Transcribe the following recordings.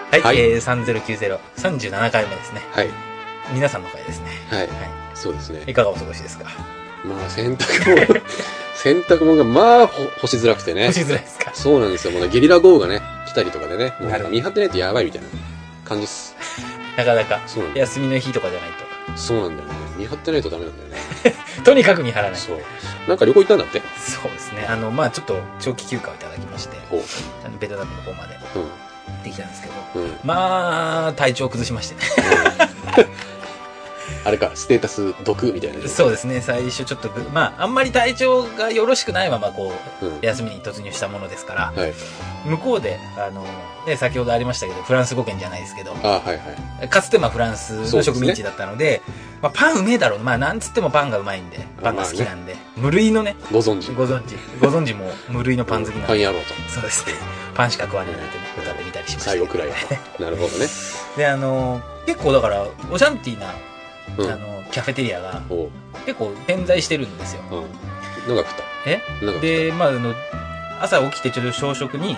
はい、 はい、 3090、37回目ですね。 はい。 皆さんの回ですね。 はい。 はい。 そうですね。 いかがお過ごしですか？ まあ、洗濯物が、まあ、干しづらくてね。 干しづらいですか？ そうなんですよ。もうね、ゲリラ豪雨がね、来たりとかでね、もう見張ってないとやばいみたいな感じです。 なかなか、 そうなんだよ。 休みの日とかじゃないそうなんだよね。見張ってないとダメなんだよね。 と。とにかく見張らない。 そう。なんか旅行行ったんだって？ そうですね。まあちょっと長期休暇をいただきまして、 ほう。 ベトナムの方まで行ってきたんですけど、まあ体調を崩しましてね。 あれか、ステータス毒みたいな。 そうですね。最初ちょっと、まああんまり体調がよろしくないままこう、休みに突入したものですから、向こうで、ね、先ほどありましたけど、フランス語圏じゃないですけど、かつてまあフランスの植民地だったので、まあパンうめえだろう。まあなんつってもパンがうまいんで、パンが好きなんで、無類のね、 ご存知も無類のパン好きなんで。 パン野郎と。 そうですね。パンしか食わねえなんてね、歌で見たりしました。 最後くらいは。なるほどね。 で、結構だから、オシャンティーな、キャフェテリアが、結構点在してるんですよ。 何が食ったで、まあ、朝起きてちょっと朝食に、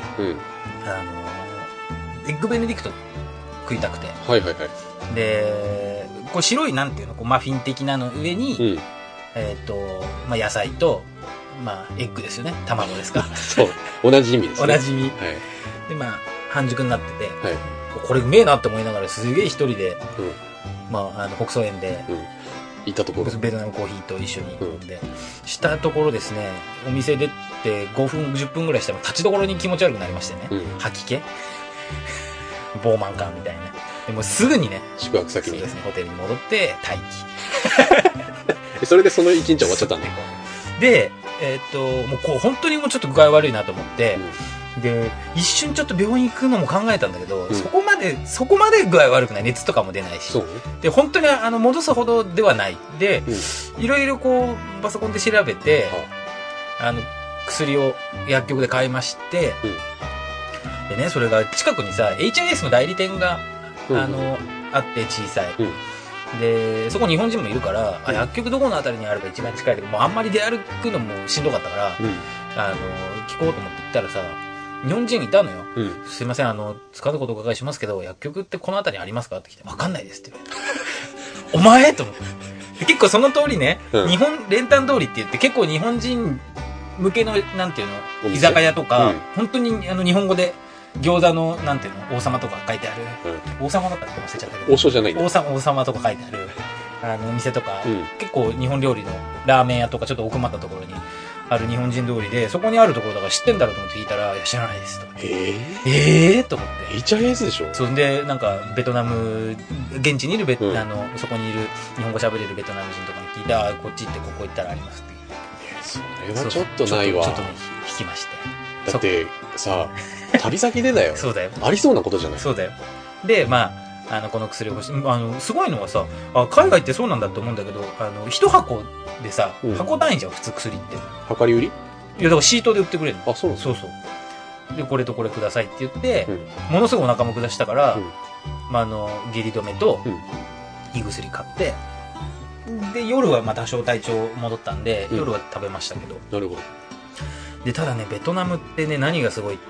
エッグベネディクト食いたくて。で、こう白いなんていうの、こうマフィン的なの上に、まあ野菜と、まあエッグですよね。卵ですか。 そう。同じ意味ですね。 同じ意味。で、まあ、半熟になってて、これうめえなって思いながら、すげえ一人で、まあ、北総園で、 行ったところベトナムコーヒーと一緒に飲んで、したところですね、お店出て5分、10分ぐらいしても立ちどころに気持ち悪くなりましてね、吐き気膨満感みたいな。でもすぐにね、 宿泊先に。 そうですね、ホテルに戻って待機。それでその1日終わっちゃったんだよ。 で、もうこう本当にもうちょっと具合悪いなと思って、で、一瞬ちょっと病院行くのも考えたんだけど、そこまで具合悪くない。熱とかも出ないし。で、本当に戻すほどではない。で、いろいろこう、パソコンで調べて、薬を薬局で買いまして、でね、それが近くにさ、HIS の代理店が、あって小さい。で、そこ日本人もいるから、薬局どこのあたりにあるか一番近いけど、もうあんまり出歩くのもしんどかったから、聞こうと思って行ったらさ、日本人いたのよ。すいません、使うことお伺いしますけど、薬局ってこの辺りにありますかって来て、わかんないですって言われて。お前と思って。結構その通りね、日本、練炭通りって言って、結構日本人向けの、なんていうの、居酒屋とか、本当に日本語で、餃子の、なんていうの、王様とか書いてある。王様だったら忘れちゃったけど。 王将じゃないんだ。 王様とか書いてある、お店とか、結構日本料理のラーメン屋とかちょっと奥まったところにある日本人通りで、そこにあるところだから知ってんだろうと思って聞いたら、いや知らないですと。と思って。 HIS でしょ？ そんで、なんか、ベトナム、現地にいるそこにいる日本語喋れるベトナム人とかに聞いて、こっち行ってここ行ったらありますってそれはちょっとないわ。 ちょっとね、引きまして。 だってさ、旅先でだよ。 そうだよ。 ありそうなことじゃない？ そうだよ。で、まあ、この薬を欲しい。すごいのはさ、海外ってそうなんだって思うんだけど、一箱でさ、箱単位じゃん、普通薬って。 量り売り？ いや、だからシートで売ってくれるの。 そうなの？ そうそう。で、これとこれくださいって言って、ものすごいお腹も下したから、まあ、下痢止めと、胃薬買って、で、夜はまあ多少体調戻ったんで、夜は食べましたけど。 なるほど。 で、ただね、ベトナムってね、何がすごいって、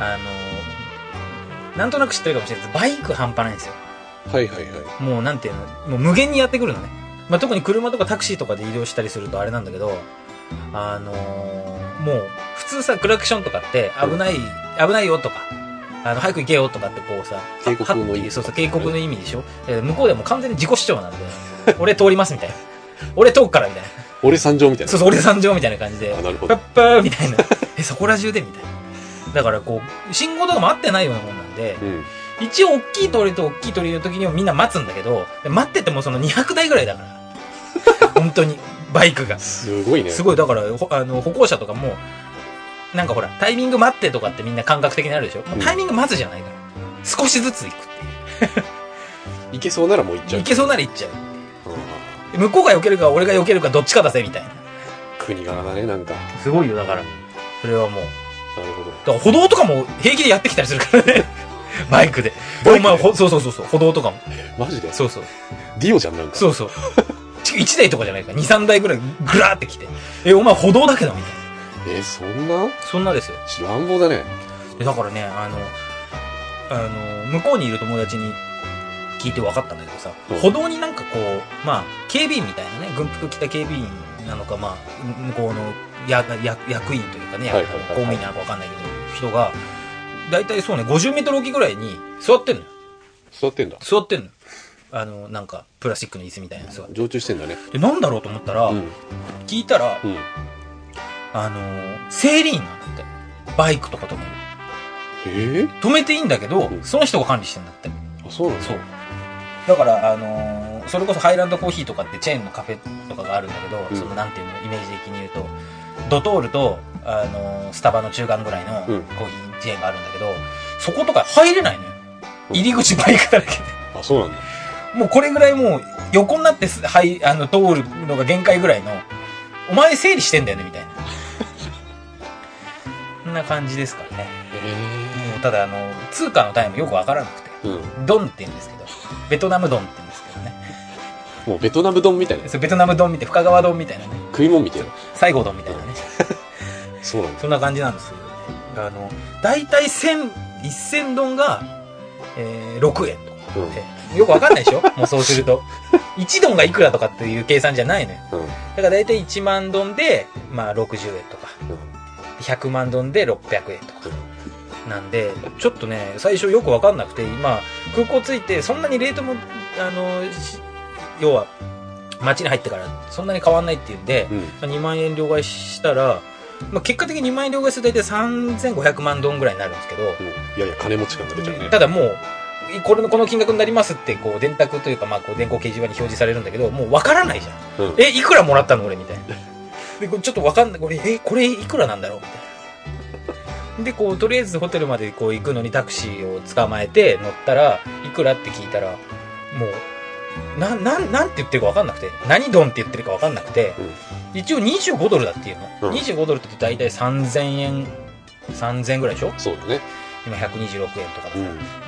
なんとなく知ってるかもしれないです。バイク半端ないんですよ。もうなんていうの、もう無限にやってくるのね。まあ、特に車とかタクシーとかで移動したりするとあれなんだけど、もう、普通さ、クラクションとかって危ないよとか、早く行けよとかってこうさ、 警告の意味。 そうそう、警告の意味でしょ。向こうでも完全に自己主張なんで、俺通りますみたいな。俺通っからみたいな。 俺参上みたいな。 そうそう、俺参上みたいな感じで。 なるほど。 パッパーみたいな。そこら中でみたいな。だからこう、信号とかも合ってないようなもんなんで、一応大きい通りと大きい通りの時にはみんな待つんだけど、待っててもその200台ぐらいだから。本当に、バイクが。 すごいね。 すごい、だから、歩行者とかも、なんかほら、タイミング待ってとかってみんな感覚的にあるでしょ、タイミング待つじゃないから。少しずつ行くっていう。 行けそうならもう行っちゃう。 行けそうなら行っちゃう。向こうが避けるか俺が避けるかどっちか出せみたいな。 国柄だね、なんか。 すごいよ、だから。それはもう。 なるほど。 だから歩道とかも平気でやってきたりするからね。バイクで。そうそうそうそう、歩道とかも。 マジで？ そうそう。 ディオじゃん、なんか。 そうそう。1台とかじゃないか。2、3台ぐらいぐらーって来て。お前歩道だけどみたいな。 そんな？ そんなですよ。 乱暴だね。 だからね、 向こうにいる友達に聞いて分かったんだけどさ、歩道になんかこう、まあ、警備員みたいなね、軍服着た警備員なのか、まあ、向こうの役員というかね、公務員なのか分かんないけど、人が、だいたいそうね、50メートル置きぐらいに座ってんのよ。 座ってんだ。 座ってんの。なんか、プラスチックの椅子みたいなやつが。 常駐してんだね。 で、なんだろうと思ったら、聞いたら、整理員なんだって。バイクとか止める。止めていいんだけど、その人が管理してんだって。 あ、そうなんだ。 そう。だから、それこそハイランドコーヒーとかってチェーンのカフェとかがあるんだけど、そのなんていうの、イメージ的に言うと、ドトールと、スタバの中間ぐらいのコーヒーチェーンがあるんだけど、そことか入れないのよ。入り口バイクだらけで。 あ、そうなんだ。 もうこれぐらいもう横になって通るのが限界ぐらいの、お前整理してんだよねみたいな。そんな感じですからね。ただ通貨の単位もよくわからなくて、ドンって言うんですけど、ベトナムドンって言うんですけどね。 もうベトナム丼みたいな。 ベトナム丼みたいな、深川丼みたいなね。 食い物みたいな。 西郷丼みたいなね。 そうなんだ。 そんな感じなんですけど、だいたい1000丼が、6円とかで、よくわかんないでしょもうそうすると。1丼がいくらとかっていう計算じゃないのよ。だからだいたい1万丼で、まあ60円とか。100万丼で600円とか。なんで、ちょっとね、最初よくわかんなくて、今、空港着いて、そんなにレートも、要は、街に入ってからそんなに変わんないっていうんで、2万円両替したら、まあ、結果的に2万円両替すると大体3500万ドンぐらいになるんですけど、 いやいや、金持ち感が出ちゃうね。 ただもう、この金額になりますって、こう、電卓というか、まあ、こう、電光掲示板に表示されるんだけど、もうわからないじゃん。いくらもらったの俺みたいな。で、ちょっとわかんない。これいくらなんだろうみたいな。で、こう、とりあえずホテルまでこう行くのにタクシーを捕まえて乗ったら、いくらって聞いたら、もう、なんて言ってるかわかんなくて、何ドンって言ってるかわかんなくて、一応25ドルだっていうの。25ドルって大体3000円ぐらいでしょ？ そうだね。 今126円とかだから。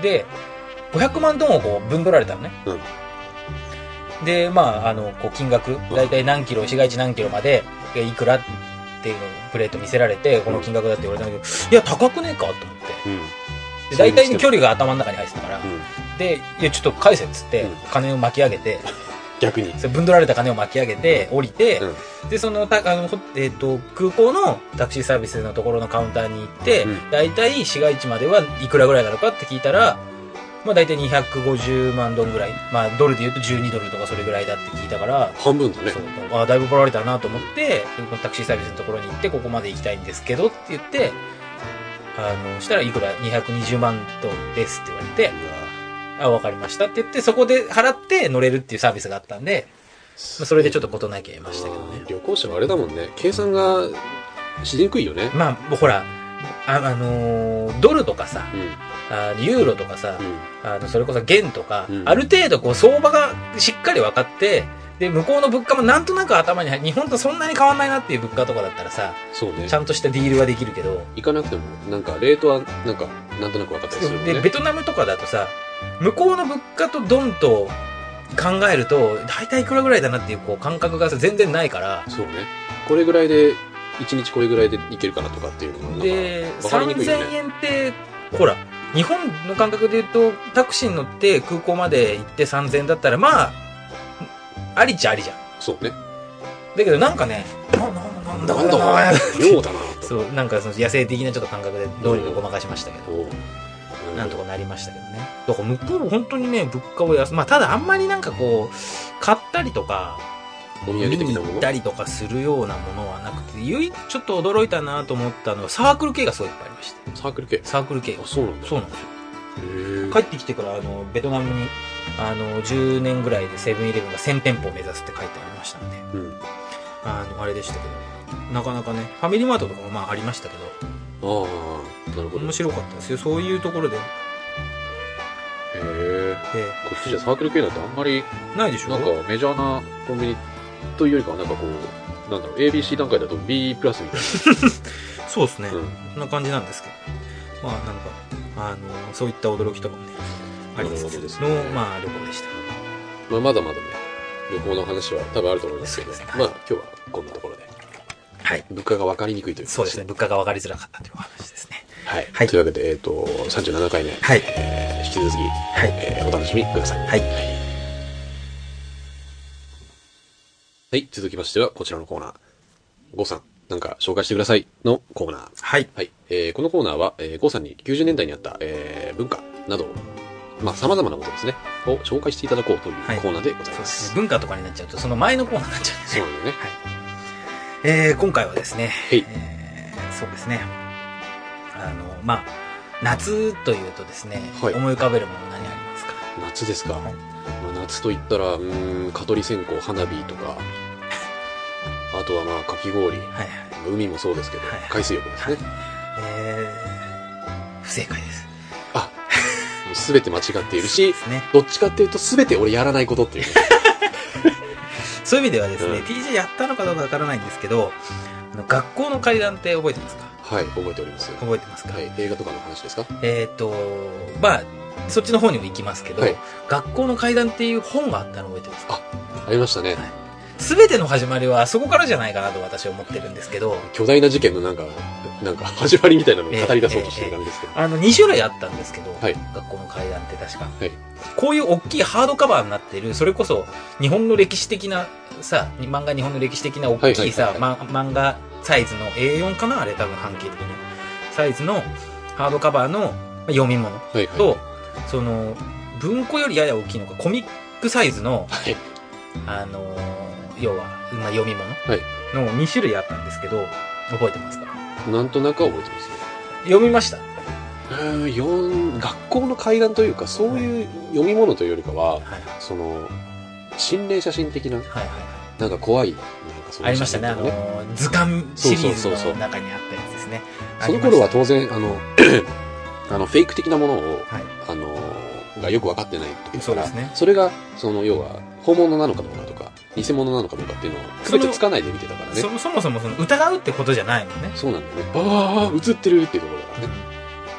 で、500万ドンをこう分取られたのね。で、まあ、こう金額、大体何キロ、市街地何キロまで、いくらっていうのをプレート見せられて、この金額だって言われたんだけど、いや、高くねえかと思って。で、大体距離が頭の中に入ってたから、で、いや、ちょっと返せっつって、金を巻き上げて、 逆に。 分取られた金を巻き上げて、降りて、で、空港のタクシーサービスのところのカウンターに行って、大体市街地まではいくらぐらいなのかって聞いたら、まあ大体250万ドンぐらい。まあドルで言うと12ドルとかそれぐらいだって聞いたから。 半分だね。 ああ、だいぶ来られたなと思って、タクシーサービスのところに行って、ここまで行きたいんですけどって言って、したらいくら220万ドンですって言われて、あ、わかりましたって言って、そこで払って乗れるっていうサービスがあったんで、それでちょっと事なきゃいましたけどね。 旅行者はあれだもんね。計算がしにくいよね。 まあ、ほら、ドルとかさ、ユーロとかさ、それこそ元とか、ある程度こう相場がしっかり分かって、で、向こうの物価もなんとなく頭に入って、日本とそんなに変わんないなっていう物価とかだったらさ、 そうね。 ちゃんとしたディールはできるけど。 行かなくても、なんか、レートは、なんか、なんとなく分かったりするもんね。 で、ベトナムとかだとさ、向こうの物価とドンと考えると、大体いくらぐらいだなっていうこう感覚がさ、全然ないから。 そうね。これぐらいで、1日これぐらいでいけるかなとかっていうのが、 で、3000円って、ほら、日本の感覚で言うと、タクシーに乗って空港まで行って3000円だったら、まあ、ありっちゃありじゃん。 そうね。 だけどなんかね、なんだ妙だなそう、なんかその野生的なちょっと感覚でどうにかごまかしましたけど、なんとかなりましたけどね。だから向こうも本当にね、物価をまあただあんまりなんかこう、買ったりとか、 お土産的なもの見に行ったりとかするようなものはなくて、唯一ちょっと驚いたなと思ったのはサークル系がすごいいっぱいありまして。 サークル系サークル系。 あ、そうなんだ。 そうなんですよ。帰ってきてからベトナムに10年ぐらいでセブンイレブンが1000店舗を目指すって書いてありましたので、あれでしたけど、なかなかね、ファミリーマートとかもまあありましたけど、 なるほど。 面白かったですよ、そういうところで。 へえ。こっちじゃサークル系なんてあんまりないでしょ。 なんかメジャーなコンビニというよりかはなんかこう、なんだろう、ABC 段階だと B プラスみたいな。 そうですね。そんな感じなんですけど。まあなんか、そういった驚きとかもね、ありつつの、まあ旅行でした。 まあまだまだね、旅行の話は多分あると思いますけど、まあ今日はこんなところで。 はい。 物価が分かりにくいという。 そうですね。物価が分かりづらかったというお話ですね。 はい。 はいというわけで、37回目。 はい。 引き続き、 はい。 お楽しみください。 はい。 はい。続きましては、こちらのコーナー。ゴーさん、なんか紹介してくださいのコーナー。 はい。 はい。このコーナーは、ゴーさんに90年代にあった、文化など、まあ、様々なことですね、を紹介していただこうというコーナーでございます。 そうですね。文化とかになっちゃうと、その前のコーナーになっちゃうんですね。 そうなんだよね。 はい。今回はですね、そうですね。まあ、夏というとですね、 はい、 思い浮かべるもの何ありますか？ 夏ですか。 はい、 まあ、夏と言ったら、蚊取り線香、花火とか、あとはまあ、かき氷、はいはい、海もそうですけど、はいはい、海水浴ですね。 不正解です。 あ、すべて間違っているし、 ね、 どっちかっていうと、すべて俺やらないことっていう、ね。 そういう意味ではですね、TJ やったのかどうかわからないんですけど、学校の怪談って覚えてますか？ はい、覚えております。 覚えてますか？ はい、映画とかの話ですか？ まあ、そっちの方にも行きますけど、はい、学校の怪談っていう本があったの覚えてますか？ ありましたね。 すべての始まりはそこからじゃないかなと私は思ってるんですけど。 巨大な事件のなんか始まりみたいなのを語り出そうとしてる感じですけど。 2種類あったんですけど、 はい、 学校の怪談って確か。 はい、 こういう大きいハードカバーになってる、それこそ日本の歴史的なさ、漫画日本の歴史的な大きいさ、漫画サイズの A4 かなあれ多分半径的に。サイズのハードカバーの読み物と、はいはい、その、文庫よりやや大きいのか、コミックサイズの、はい、要は、読み物の2種類あったんですけど、覚えてますか？ なんとなく覚えてますね。 読みました？ 学校の怪談というか、そういう読み物というよりかは、はい、その、心霊写真的な、はいはい、なんか怖い、なんかそういう、 ありましたね。図鑑シリーズの中にあったやつですね。 その頃は当然、フェイク的なものを、はい、がよくわかってない時だから、ね、それが、要は、本物なのかどうかとか、偽物なのかどうかっていうのを、区別つかないで見てたからね。 そもそも疑うってことじゃないもんね。 そうなんだよね。ああ、映ってるっていうところだからね。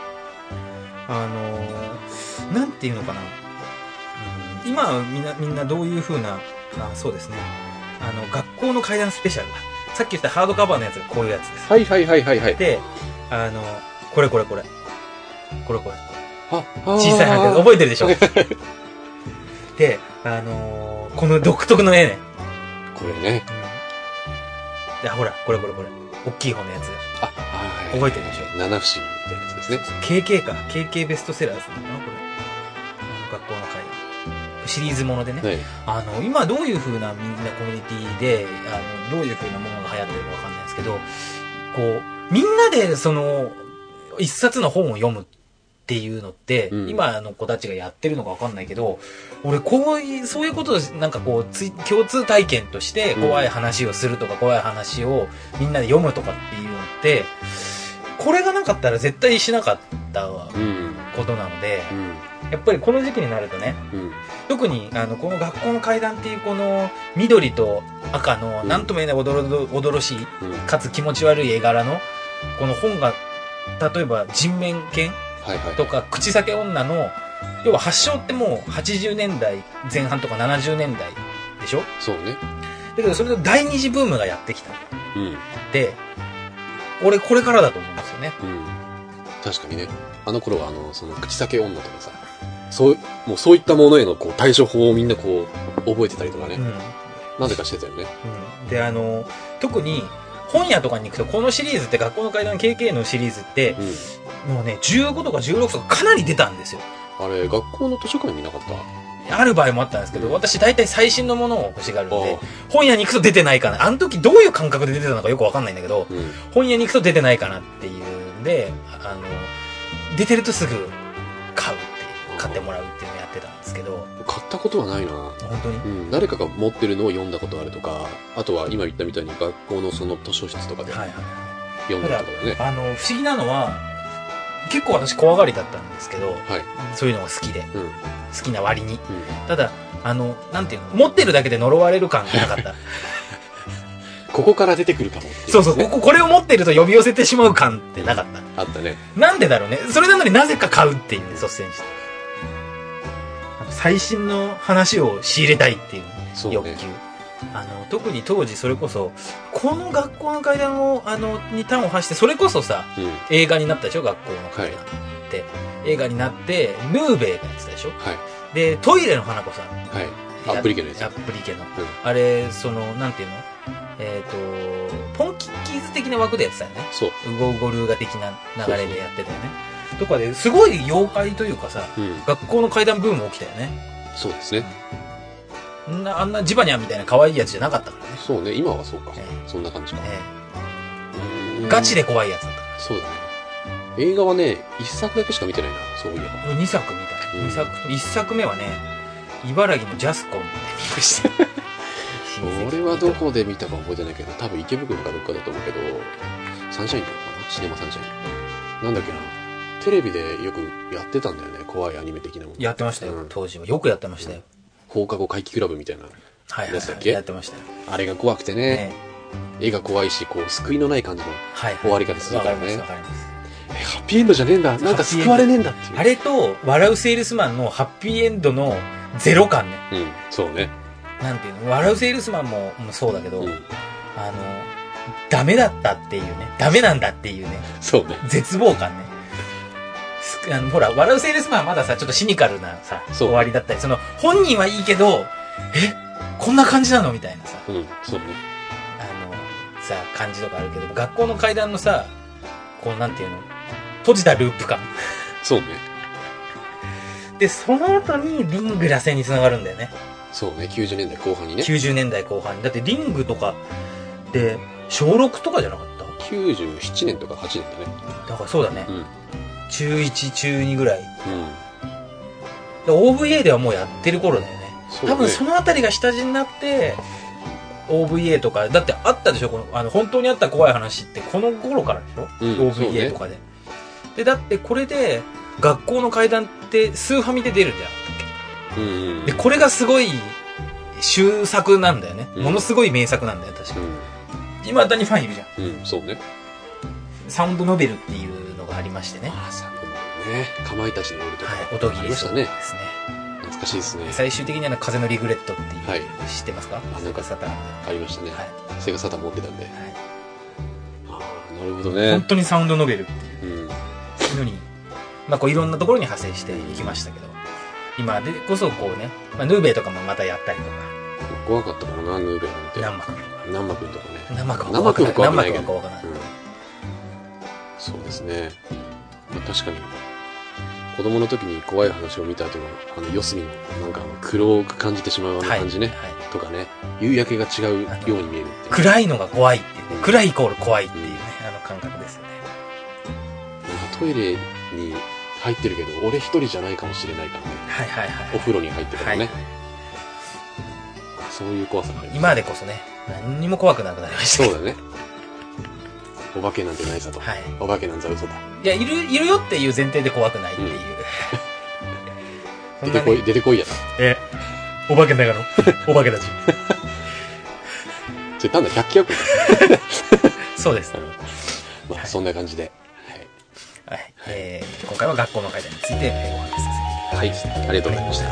なんていうのかな。今はみんなどういう風な、そうですね。学校の怪談スペシャルだ。さっき言ったハードカバーのやつがこういうやつです。 はいはいはいはいはい。 で、これ。小さい話で覚えてるでしょ？で、この独特の絵ね。 これね。 で、ほら、これ。大きい方のやつ。覚えてるでしょ？ 七不思議みたいなやつですね。 KK か。KK ベストセラーズなのかなこれ。学校の怪談。シリーズものでね。はい、今どういう風なみんなコミュニティで、どういう風なものが流行ってるかわかんないですけど、こう、みんなで一冊の本を読むっていうのって、今の子たちがやってるのかわかんないけど、俺そういうことをなんかこう共通体験として怖い話をするとか、怖い話をみんなで読むとかっていうのって、これがなかったら絶対しなかったことなので、やっぱりこの時期になるとね、特にこの学校の怪談っていうこの緑と赤のなんとも言えないおどろしい、かつ気持ち悪い絵柄のこの本が、例えば人面犬とか口裂け女の、要は発祥ってもう80年代前半とか70年代でしょ？ そうね。 だけどそれの第二次ブームがやってきた。で、俺これからだと思うんですよね。 確かにね。あの頃はその口裂け女とかさ、もうそういったものへのこう対処法をみんなこう覚えてたりとかね。なぜかしてたよね。 で、特に本屋とかに行くと、このシリーズって学校の怪談 KK のシリーズって、もうね、15とか16とかかなり出たんですよ。 あれ、学校の図書館になかった？ ある場合もあったんですけど、私大体最新のものを欲しがるんで、本屋に行くと出てないかな。あの時どういう感覚で出てたのかよくわかんないんだけど、本屋に行くと出てないかなっていうんで、出てるとすぐ買ってもらうっていうのをやってたんですけど。 買ったことはないな。 本当に？ 誰かが持ってるのを読んだことあるとか、あとは今言ったみたいに学校のその図書室とかで読んだとかだね。 不思議なのは、結構私怖がりだったんですけど、そういうのが好きで、好きな割に。ただ、なんていうの、持ってるだけで呪われる感がなかった。 ここから出てくるかもっていう、ね。 そうそう、これを持ってると呼び寄せてしまう感ってなかった。 あったね。 なんでだろうね。それなのになぜか買うっていうね、率先して。最新の話を仕入れたいっていう欲求。 特に当時それこそ、この学校の階段を、に端を発して、それこそさ、映画になったでしょ、学校の階段って。映画になって、ヌーベイがやってたでしょ。で、トイレの花子さん。 アップリケのやつ。 アップリケの。あれ、なんていうのポンキッキーズ的な枠でやってたよね。 そう。 ウゴウゴルーガ的な流れでやってたよね。とかで、すごい妖怪というかさ、学校の階段ブーム起きたよね。 そうですね。 あんなジバニャンみたいな可愛いやつじゃなかったからね。 そうね、今はそうか。そんな感じか。 ガチで怖いやつだったから。 そうだね。映画はね、1作だけしか見てないな、そういえば。 2作みたい。2作、1作目はね、茨城のジャスコンで見ました。 俺はどこで見たか覚えてないけど、多分池袋かどっかだと思うけど、サンシャインとかかな、シネマサンシャイン。なんだっけな。テレビでよくやってたんだよね、怖いアニメ的なもの。 やってましたよ、当時は。よくやってましたよ。 放課後怪奇クラブみたいなやつだっけ。 やってましたよ。 あれが怖くてね、絵が怖いし、こう、救いのない感じの終わり方するからね。 わかります。 ハッピーエンドじゃねえんだ。なんか救われねえんだっていう。 あれと、笑うセールスマンのハッピーエンドのゼロ感ね。 そうね。 なんていうの、笑うセールスマンもそうだけど、ダメだったっていうね、ダメなんだっていうね。 そうね。 絶望感ね。ほら、笑うセールスマンはまださ、ちょっとシニカルなさ、終わりだったり、本人はいいけど、こんな感じなのみたいなさ。 そうね。 感じとかあるけど、学校の階段のさ、こう、なんていうの、閉じたループ感。 そうね。 で、その後にリング螺旋に繋がるんだよね。 そうね、90年代後半にね。 90年代後半に。だってリングとかで、小6とかじゃなかった ?97 年とか8年だね。 だからそうだね。中1、中2ぐらい。OVA ではもうやってる頃だよね。多分そのあたりが下地になって、OVA とか、だってあったでしょ、本当にあった怖い話ってこの頃からでしょ、OVA とかで。で、だってこれで、学校の階段ってスーファミで出るんじゃなかったっけ。で、これがすごい、終作なんだよね。ものすごい名作なんだよ、確かに。今だにファンいるじゃん。 そうね。 サウンドノベルっていうのがありましてね。 サウンドノベルね。かまいたちの夜とか。 音切りしたね。 懐かしいですね。 最終的には風のリグレットっていう、知ってますか？ なんかサタンありましたね。セガサタン持ってたんで。なるほどね。 本当にサウンドノベルっていうのに、こういろんなところに派生していきましたけど、今でこそこうね、ヌーベイとかもまたやったりとか。 怖かったかもな、ヌーベイなんて。ナンマくんとかね。 ナンマくんは怖くないけど。 そうですね。確かに。子供の時に怖い話を見た後の、四隅の、なんか黒く感じてしまう感じね。とかね。夕焼けが違うように見えるっていう。 暗いのが怖いっていう。暗いイコール怖いっていうね、感覚ですよね。 なんかトイレに入ってるけど、俺一人じゃないかもしれないからね。お風呂に入ってからね。そういう怖さがあります。 今でこそね、何にも怖くなくなりました。 そうだね。お化けなんてないさと。お化けなんざ嘘だ。 いや、いるよっていう前提で怖くないっていう。 出てこいやな。 お化けだから、お化けたち。 それ単なる百鬼夜行だ。 そうです。 そんな感じで。 今回は学校の階段についてお話しさせていただきました。 ありがとうございました。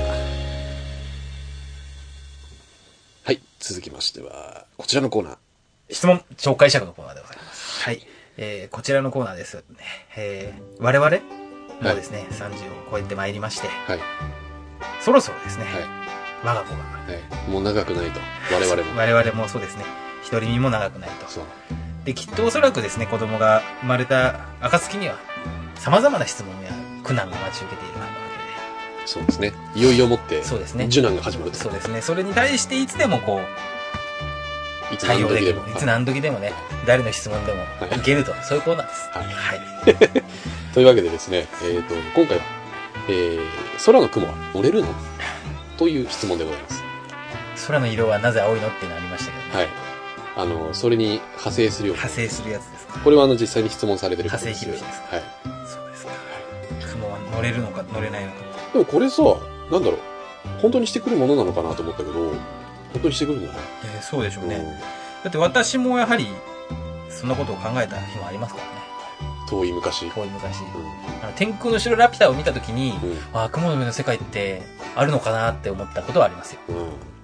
はい、続きましては、こちらのコーナー。 質問、紹介尺のコーナーでございます。はい。こちらのコーナーです。我々もですね、30を超えてまいりまして、そろそろですね、我が子が、 もう長くないと。我々も。 我々もそうですね、独り身も長くないと。で、きっとおそらくですね、子供が生まれた暁には、様々な質問や苦難が待ち受けているわけで。 そうですね。いよいよもって、 そうですね。 受難が始まると。 そうですね。それに対していつでもこう、対応できる。いつ何時でもね、誰の質問でもいけると、そういうコーナーです。はい。 というわけでですね、今回は、空の雲は乗れるのという質問でございます。 空の色はなぜ青いのっていうのありましたけどね。 はい。それに派生するような。 派生するやつですか。 これは実際に質問されてる派生広しですか。はい。そうですか。雲は乗れるのか乗れないのか。 でもこれさ、なんだろう、本当にしてくるものなのかなと思ったけど、本当にしてくるんじゃない？ そうでしょうね。だって私もやはり、そんなことを考えた日もありますからね。 遠い昔。 天空の城ラピュタを見たときに、雲の上の世界ってあるのかなって思ったことはありますよ。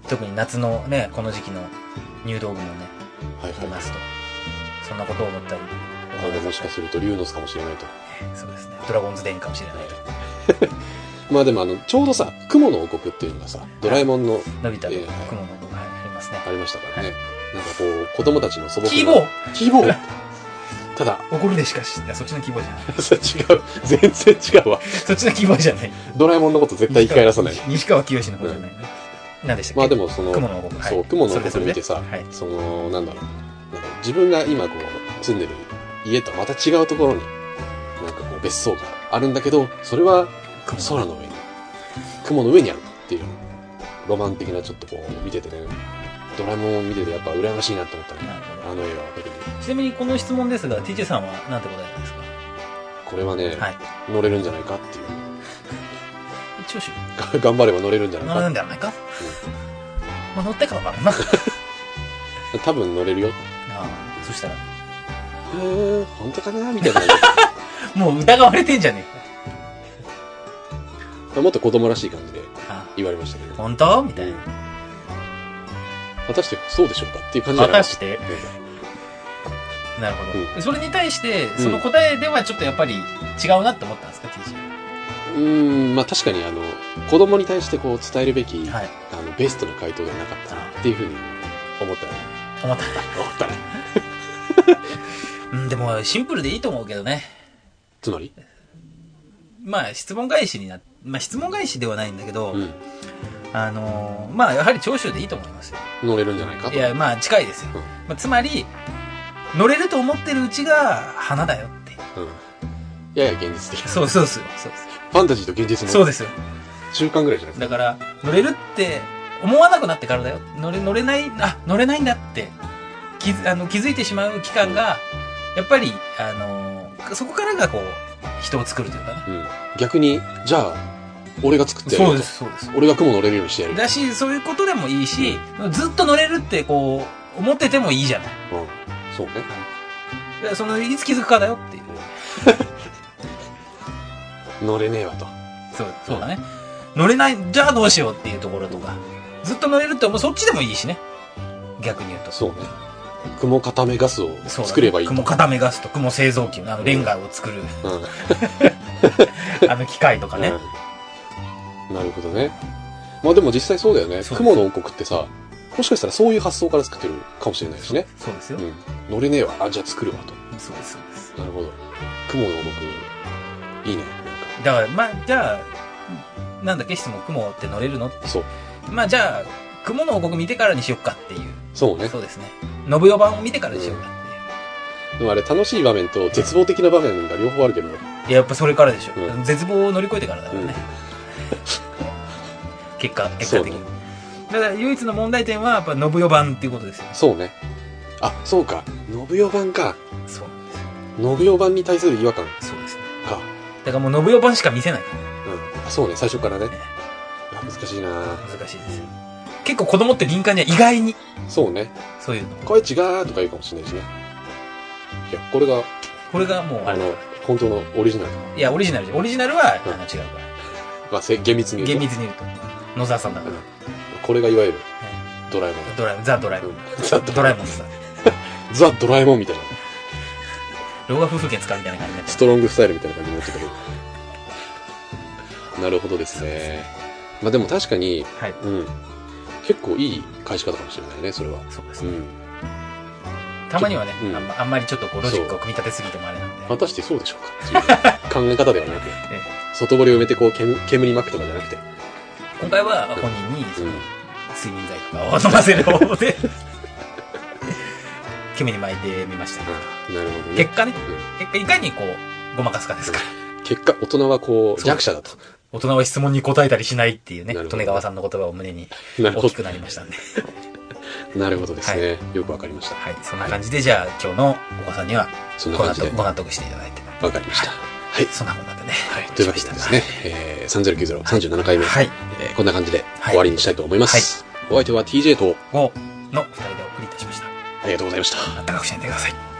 特に夏のね、この時期の入道雲をね、いますと。そんなことを思ったり。 もしかすると竜の巣かもしれないと。 そうですね。ドラゴンズデーンかもしれないと。 まあでもちょうどさ、雲の王国っていうのがさ、ドラえもんの。 のび太の雲の王国ありますね。 ありましたからね。なんかこう、子供たちの素朴な。キーボーただ。 怒るでしかし、そっちの希望じゃない。 違う。全然違うわ。 そっちの希望じゃない。 ドラえもんのこと絶対生き返らさない。 西川きよしのことじゃない。何でしたっけ？ まあでも雲の王国。 そう、雲の王国見てさ、なんだろう。自分が今こう、住んでる家とはまた違うところに、なんかこう別荘があるんだけど、それは空の上に、雲の上にあるっていう、ロマン的なちょっとこう見ててね、ドラえもんを見ててやっぱ羨ましいなって思ったね。あの映画は特に。 ちなみにこの質問ですが、TJ さんは何て答えたんですか？ これはね、乗れるんじゃないかっていう。 一応頑張れば乗れるんじゃないか。 乗れるんじゃないか？まあ乗ってからだろうな。 多分乗れるよ。 そしたら。 本当かなみたいな。 もう疑われてんじゃねえか。もっと子供らしい感じで言われましたけど。 本当みたいな。 果たしてそうでしょうかっていう感じじゃないですか。 果たしてなるほど。それに対して、その答えではちょっとやっぱり違うなって思ったんですか、TJ？ まあ確かに子供に対してこう伝えるべき、ベストの回答ではなかったなっていうふうに思ったね。 思ったね。でもシンプルでいいと思うけどね。 つまり？ まあ質問返しに質問返しではないんだけど、まあやはり長州でいいと思いますよ。 乗れるんじゃないかと。 いや、まあ近いですよ。つまり、乗れると思ってるうちが花だよって。 やや現実的。 そうです。 ファンタジーと現実の。 そうですよ。 中間ぐらいじゃないですか。だから、乗れるって思わなくなってからだよ。乗れないんだって気づいてしまう期間が、やっぱり、そこからがこう、人を作るというかね。 逆に、じゃあ、俺が作ってやる。 そうです。 俺が雲乗れるようにしてやる。 だし、そういうことでもいいし、ずっと乗れるってこう、思っててもいいじゃない。 そうね。 いつ気づくかだよっていう。 乗れねえわと。 そうだね。乗れない、じゃあどうしようっていうところとか。ずっと乗れるってそっちでもいいしね。逆に言うと。 そうね。雲固めガスを作ればいいと。 雲固めガスと雲製造機のレンガを作る。機械とかね。 なるほどね。まあでも実際そうだよね。雲の王国ってさ、もしかしたらそういう発想から作ってるかもしれないしね。 そうですよ。 乗れねえわ。じゃあ作るわと。 そうです。 なるほど。雲の王国、いいね。 だから、じゃあ、なんだっけ質問、雲って乗れるのって。 そう。 じゃあ、雲の王国見てからにしよっかっていう。 そうね。 そうですね。信代版を見てからにしようかっていう。 でもあれ楽しい場面と絶望的な場面が両方あるけど。 やっぱそれからでしょ。絶望を乗り越えてからだからね。結果的に。だから唯一の問題点はやっぱ信代版っていうことですよね。 そうね。あ、そうか。信代版か。 そうなんですよ。信代版に対する違和感。 そうですね。 か。 だからもう信代版しか見せないから。 そうね、最初からね。難しいな。 難しいですよ。結構子供って敏感には意外に。 そうね。 そういうの。 これ違うとか言うかもしれないしね。いや、これがもう本当のオリジナル。 いや、オリジナルは違うから。 まあ、厳密に言うと。 厳密に言うと。野沢さんだから。 これがいわゆる、ドラえもん。 ザ・ドラえもん。ドラえもんさ。 ザ・ドラえもんみたいな。 老婆夫婦権使うみたいな感じで。 ストロングスタイルみたいな感じになってたけど。なるほどですね。まあでも確かに、結構いい返し方かもしれないね、それは。 そうですね。たまにはね、あんまりちょっとこうロジックを組み立てすぎてもあれなんで。 果たしてそうでしょうかっていう考え方ではなく、外堀を埋めてこう煙巻くとかじゃなくて。 今回は本人に睡眠剤とかを飲ませる方法で煙に巻いてみました。 なるほどね。 結果いかにこうごまかすかですから。 結果大人はこう弱者だと。 大人は質問に答えたりしないっていうね、利根川さんの言葉を胸に大きくなりましたんで。 なるほどですね。よくわかりました。 はい。そんな感じで、じゃあ今日のお子さんにはご納得していただいて。 わかりました。はい。 そんなもんなんでね。 はい。というわけでですね、3090、37回目。はい。こんな感じで終わりにしたいと思います。お相手は TJ と 5の2人でお送りいたしました。 ありがとうございました。 暖かくしていてください。